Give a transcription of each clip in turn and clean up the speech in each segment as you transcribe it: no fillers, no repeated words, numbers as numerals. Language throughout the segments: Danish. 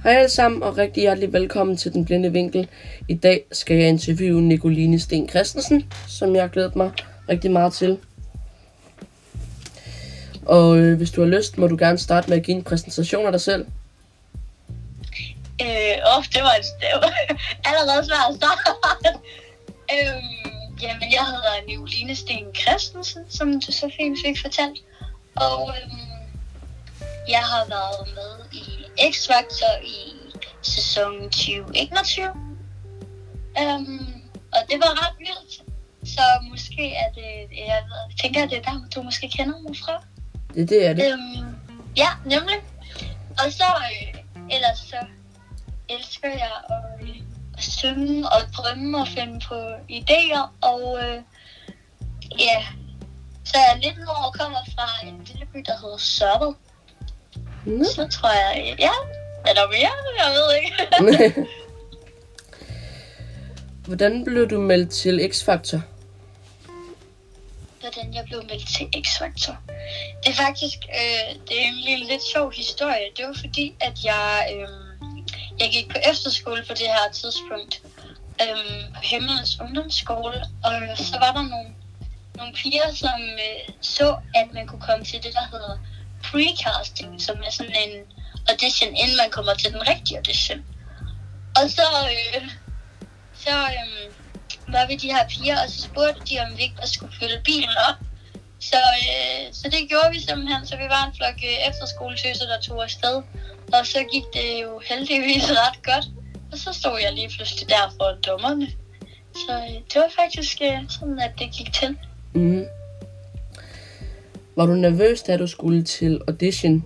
Hej alle sammen og rigtig hjertelig velkommen til Den Blinde Vinkel. I dag skal jeg interviewe Nicoline Sten Christensen, som jeg har glædet mig rigtig meget til. Og hvis du har lyst, må du gerne starte med at give en præsentation af dig selv. Det var allerede svært at starte. Jamen, jeg hedder Nicoline Sten Christensen, som du så fint fik fortalt. Og jeg har været med i X-Factor i sæson 2021. Og det var ret vildt. Så måske er det, jeg tænker, det er der, du måske kender mig fra. Det er det. Ja, nemlig. Og så ellers så elsker jeg at synge og drømme og finde på idéer. Og så jeg lidt over kommer fra en lille by, der hedder Sørvad. Så tror jeg, er der mere? Jeg ved ikke. Hvordan blev du meldt til X-Factor? Hvordan jeg blev meldt til X-Factor? Det er faktisk det er en lidt sjov historie. Det var fordi, at jeg gik på efterskole på det her tidspunkt. På Himmelens Ungdomsskole. Og så var der nogle piger, som så, at man kunne komme til det, der hedder precasting, som er sådan en audition, inden man kommer til den rigtige audition. Og så var vi de her piger, og så spurgte de, om vi ikke bare skulle fylde bilen op. Så det gjorde vi simpelthen, så vi var en flok efterskoletøser, der tog afsted. Og så gik det jo heldigvis ret godt. Og så stod jeg lige pludselig der for dommerne. Så det var faktisk sådan, at det gik til. Mm. Var du nervøs, da du skulle til audition?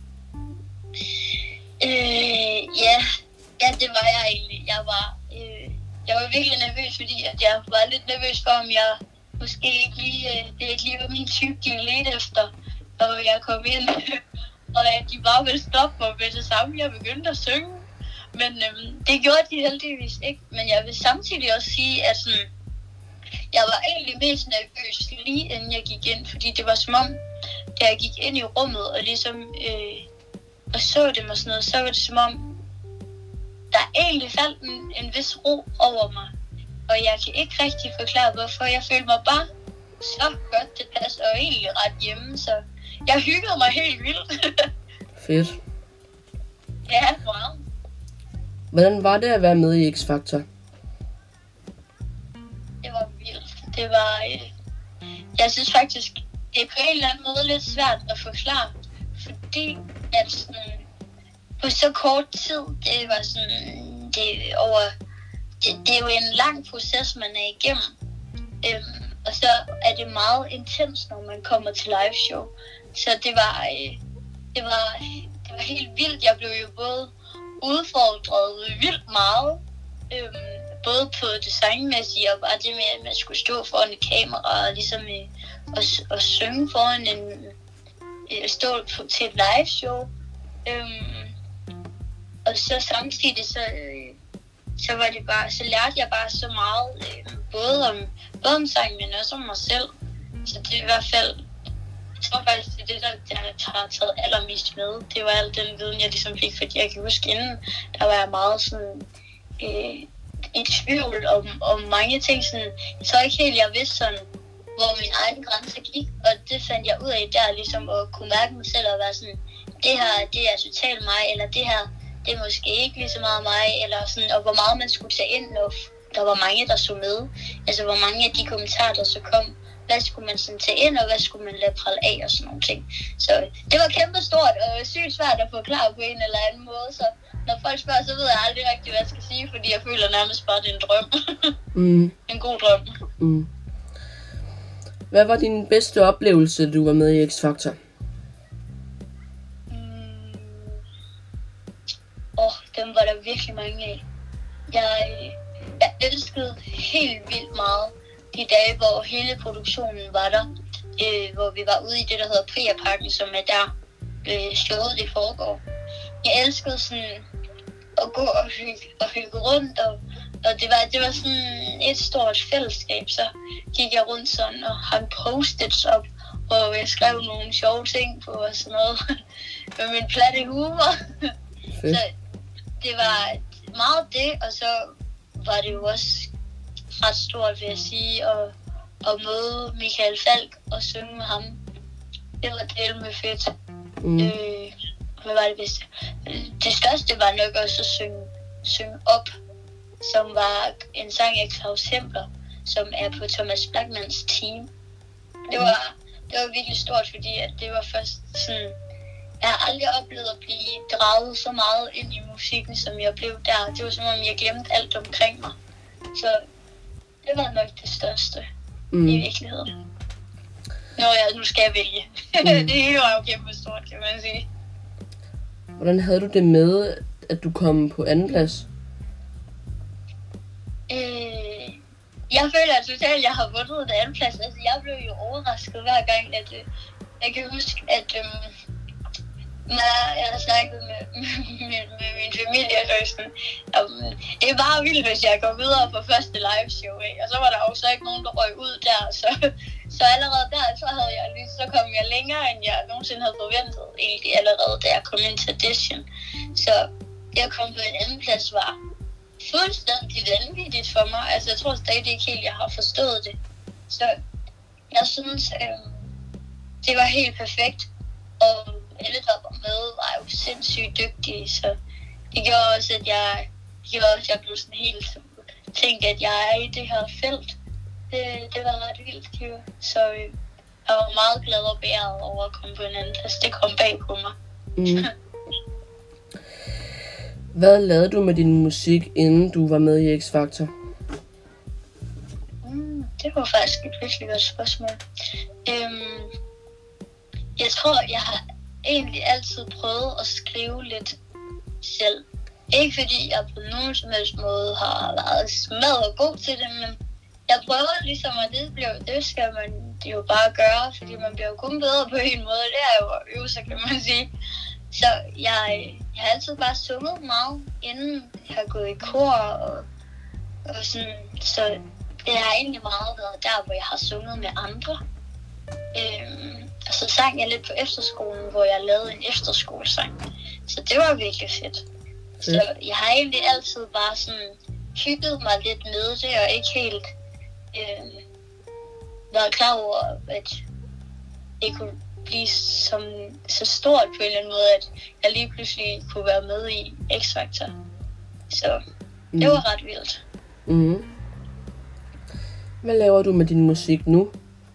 Ja, det var jeg egentlig. Jeg var virkelig nervøs, fordi at jeg var lidt nervøs for, om jeg måske ikke lige var min type, de ledte efter, og jeg kom ind, og at de bare ville stoppe mig med det samme, jeg begyndte at synge. Men det gjorde de heldigvis ikke. Men jeg vil samtidig også sige, at jeg var egentlig mest nervøs lige inden jeg gik ind, fordi det var som om, da jeg gik ind i rummet og ligesom og så dem og sådan noget, så var det som om, der egentlig faldt en vis ro over mig. Og jeg kan ikke rigtig forklare, hvorfor. Jeg følte mig bare så godt tilpas og egentlig ret hjemme, så jeg hyggede mig helt vildt. Fedt. Ja, meget. Hvordan var det at være med i X-Factor? Det var vildt. Det var... jeg synes faktisk, det er på en eller anden måde lidt svært at forklare, fordi at på så kort tid, det var sådan, det er jo en lang proces, man er igennem. Og så er det meget intens, når man kommer til live show. Så det var helt vildt. Jeg blev jo både udfordret vildt meget, både på designmæssigt og bare det med, at man skulle stå foran et kamera og ligesom og synge foran stå til et live show. Og så samtidig så var det bare, så lærte jeg bare så meget, både om sang, men også om mig selv. Så det er i hvert fald, jeg tror faktisk, det er det, der har taget allermest med. Det var al den viden, jeg ligesom fik, fordi jeg kan huske inden, der var jeg meget sådan i tvivl om mange ting. Sådan, jeg tror ikke helt, jeg vidste sådan, hvor min egen grænse gik, og det fandt jeg ud af der, ligesom at kunne mærke mig selv og være sådan, det her, det er totalt mig, eller det her, det er måske ikke lige så meget mig, eller sådan, og hvor meget man skulle tage ind, når der var mange, der så med. Altså, hvor mange af de kommentarer, der så kom, hvad skulle man sådan tage ind, og hvad skulle man lade prale af, og sådan nogle ting. Så det var kæmpestort, og sygt svært at forklare på en eller anden måde, så når folk spørger, så ved jeg aldrig rigtig, hvad jeg skal sige, fordi jeg føler nærmest bare, det er en drøm. En god drøm. Hvad var din bedste oplevelse, da du var med i X-Factor? Dem var der virkelig mange af. Jeg elskede helt vildt meget de dage, hvor hele produktionen var der. Hvor vi var ude i det, der hedder Priaparken, som er der showet det foregår. Jeg elskede sådan at gå og hygge rundt, og det var sådan et stort fællesskab. Så gik jeg rundt sådan og hang post-its op, hvor jeg skrev nogle sjove ting på og sådan noget med min platte humor. Så det var meget det, og så var det jo også ret stort, vil jeg sige, at møde Michael Falch og synge med ham. Det var del med fedt. Hvad var det bedste? Det største var nok også at synge op, som var en sang af Claus Hempler, som er på Thomas Blachmans team. Det var virkelig stort, fordi at det var først sådan... Jeg har aldrig oplevet at blive draget så meget ind i musikken, som jeg blev der. Det var som om, jeg glemte alt omkring mig. Så det var nok det største i virkeligheden. Nu skal jeg vælge. Det hele var jo kæmpe stort, kan man sige. Hvordan havde du det med, at du kom på anden plads? Jeg føler totalt, at jeg har vundet en anden plads. Altså, jeg blev jo overrasket hver gang, at jeg kan huske, at når jeg har snakket med min familie, det er bare vildt, hvis jeg går videre på første live show, ikke? Og så var der jo så ikke nogen, der røg ud der, så allerede der, så kom jeg længere, end jeg nogensinde havde forventet, egentlig allerede, da jeg kom ind til audition. Så jeg kom på en anden plads, var fuldstændig vanvittigt for mig. Altså, jeg tror stadig ikke helt, jeg har forstået det. Så jeg synes, det var helt perfekt, og alle, der var med, var jo sindssygt dygtige, så det gjorde også, at jeg blev sådan helt tænkt, at jeg er i det her felt. Det var ret vildt, så jeg var meget glad og bæret over at komme på en anden plads. Det kom bag på mig. Hvad lavede du med din musik, inden du var med i X Factor? Det var faktisk et virkelig godt spørgsmål. Jeg tror, jeg har egentlig altid prøvet at skrive lidt selv. Ikke fordi jeg på nogen som helst måde har været smadret god til det, men jeg prøver ligesom, at det skal man jo bare gøre, fordi man bliver jo kun bedre på en måde. Det er jo at øve sig, kan man sige. Så jeg har altid bare sunget meget, inden jeg har gået i kor og sådan. Så det har egentlig meget været der, hvor jeg har sunget med andre. Og så sang jeg lidt på efterskolen, hvor jeg lavede en efterskolesang. Så det var virkelig fedt. Så jeg har egentlig altid bare sådan hygget mig lidt med det, og ikke helt været klar over, at det kunne blive så stort på en eller anden måde, at jeg lige pludselig kunne være med i X Factor. Så det var ret vildt. Hvad laver du med din musik nu?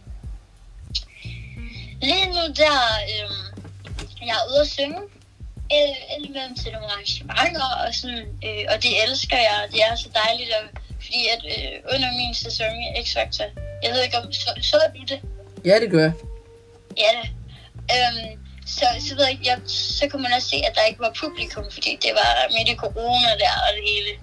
Lige nu jeg er ude at synge indimellem til nogle arrangementer, og sådan, og det elsker jeg. Det er så dejligt, fordi at under min sæson i X Factor, jeg ved ikke om, så du det? Ja, det gør jeg. Ja, det. Så ved jeg ikke, så kunne man også se, at der ikke var publikum, fordi det var midt i corona der og det hele.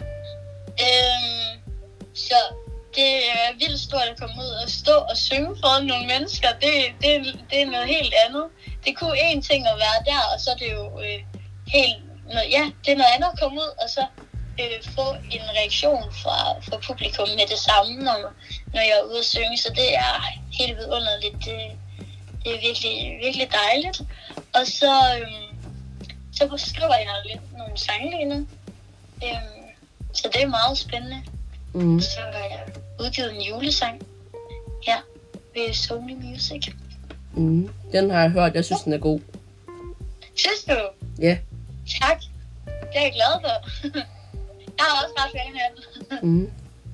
Så det er vildt stort at komme ud og stå og synge foran nogle mennesker. Det er noget helt andet. Det kunne en ting at være der, og så er det jo det er noget andet at komme ud og så få en reaktion fra publikum med det samme, når jeg er ude at synge. Så det er helt vidunderligt. Det er virkelig, virkelig dejligt. Og så skriver jeg lidt nogle sange lige nu. Så det er meget spændende. Så har jeg udgivet en julesang her ved Sony Music. Den har jeg hørt. Jeg synes, den er god. Synes du? Ja. Tak. Det er jeg glad for. Jeg har også ret fan af den.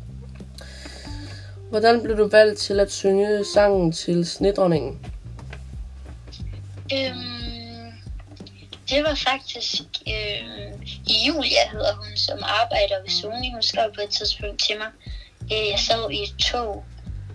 Hvordan blev du valgt til at synge sangen til Snedronningen? Det var faktisk Julia, hedder hun, som arbejder ved Sony. Hun skrev på et tidspunkt til mig. Jeg sad i et tog.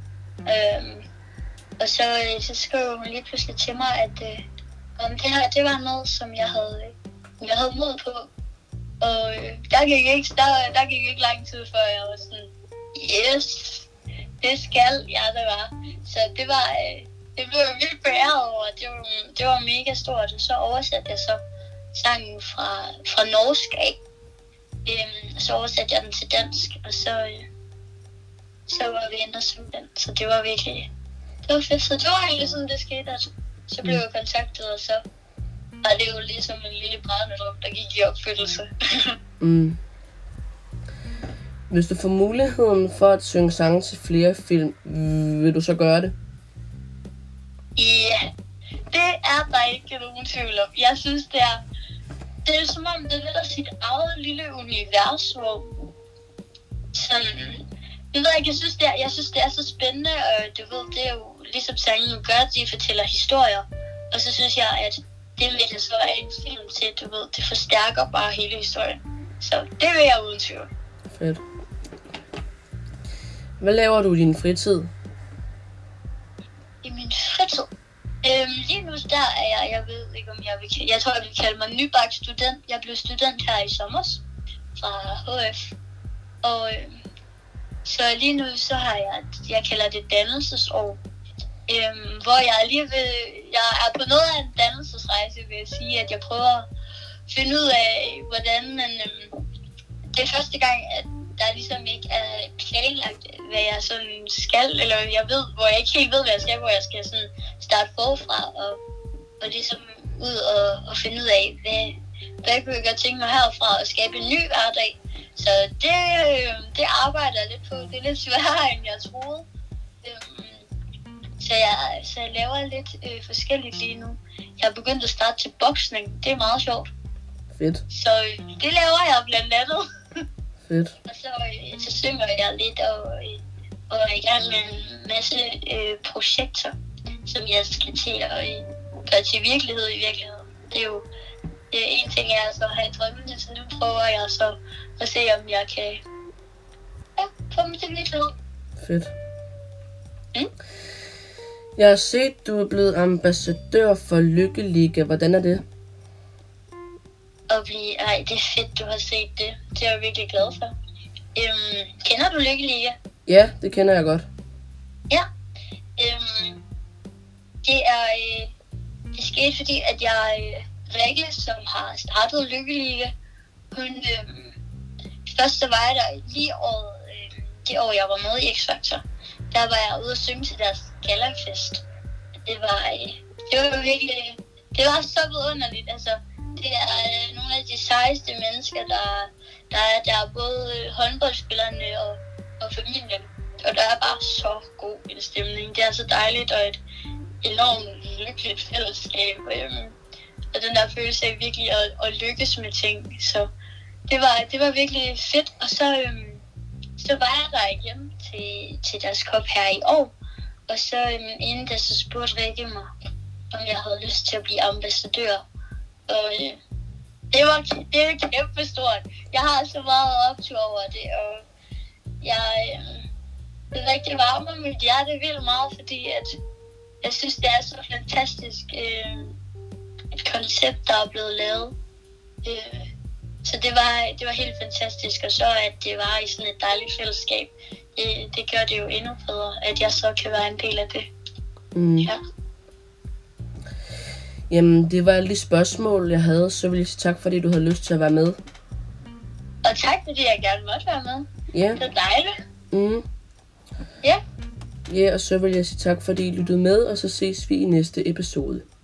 Og så skrev hun lige pludselig til mig, at det var noget, som jeg havde mod på. Og der gik ikke lang tid, før jeg var sådan, yes, det skal jeg, det var. Så det blev jeg vildt beæret over. Det var mega stort. Og så oversatte jeg så sangen fra norsk af. Så oversatte jeg den til dansk, og så var vi inde og synge den. Så det var virkelig, det var fedt. Så det var egentlig sådan, det skete, at så blev jeg kontaktet, og så var det jo ligesom en lille brændedrøm, der gik i opfyldelse. Hvis du får muligheden for at synge sange til flere film, vil du så gøre det? Ja, det er der ikke nogen tvivl om. Jeg synes, det er som om, det er lidt af sit eget lille univers, hvor sådan, jeg ved ikke, jeg synes, det er så spændende, og du ved, det er jo ligesom sangen gør, de fortæller historier, og så synes jeg, at det vil det så er en film til, du ved, det forstærker bare hele historien. Så det vil jeg uden tvivl. Fedt. Hvad laver du i din fritid? I min fritid? Lige nu der er jeg ved ikke om jeg tror jeg vil kalde mig nybagt student. Jeg blev student her i sommer fra HF. Og så lige nu så har jeg kalder det dannelsesår. Hvor jeg er på noget af en dannelsesrejse, vil jeg sige, at jeg prøver at finde ud af, hvordan man, det er første gang, at der ligesom ikke er planlagt, hvad jeg sådan skal, eller hvor jeg ikke helt ved, hvad jeg skal, hvor jeg skal sådan starte forfra, og ligesom ud og finde ud af, hvad jeg kunne godt tænke mig herfra, og skabe en ny hverdag. Så det arbejder jeg lidt på. Det er lidt sværere, end jeg troede. Så jeg laver lidt forskelligt lige nu. Jeg har begyndt at starte til boksning. Det er meget sjovt. Fedt. Så det laver jeg blandt andet. Fedt. Og så synger jeg lidt og er i gang med en masse projekter, som jeg skal til at gøre til virkelighed i virkeligheden. Det er jo en ting, er så at have drømmene, så nu prøver jeg så at se, om jeg kan få dem til virkelighed. Fedt. Jeg har set, du er blevet ambassadør for Lykkeliga. Hvordan er det? Det er fedt, du har set det. Det er jeg virkelig glad for. Kender du Lykkeliga? Ja, det kender jeg godt. Ja. Det skete fordi, at Rikke, som har startet Lykkeliga, hun først så var jeg der lige det år, jeg var med i X-Factor. Der var jeg ude at synge til deres gallafest. Det var virkelig, det var så vidunderligt. Altså, det er nogle af de sejeste mennesker, der er både håndboldspillerne og familien. Og der er bare så god en stemning. Det er så dejligt og et enormt lykkeligt fællesskab. Og den der følelse af virkelig at lykkes med ting. Så det var virkelig fedt. Og så var jeg der igen til deres kop her i år. Og så inden da så spurgte Rikke mig, om jeg havde lyst til at blive ambassadør. Og det er kæmpe stort. Jeg har så meget optur over det, og det rigtig varmer mit hjerte vildt meget, fordi at jeg synes, det er så fantastisk et koncept, der er blevet lavet. Så det var helt fantastisk, og så at det var i sådan et dejligt fællesskab, det gør det jo endnu bedre, at jeg så kan være en del af det. Ja. Jamen, det var alle de spørgsmål, jeg havde. Så vil jeg sige tak, fordi du havde lyst til at være med. Og tak, fordi jeg gerne måtte være med. Ja. Det er dejligt. Ja. Ja, og så vil jeg sige tak, fordi I lyttede med, og så ses vi i næste episode.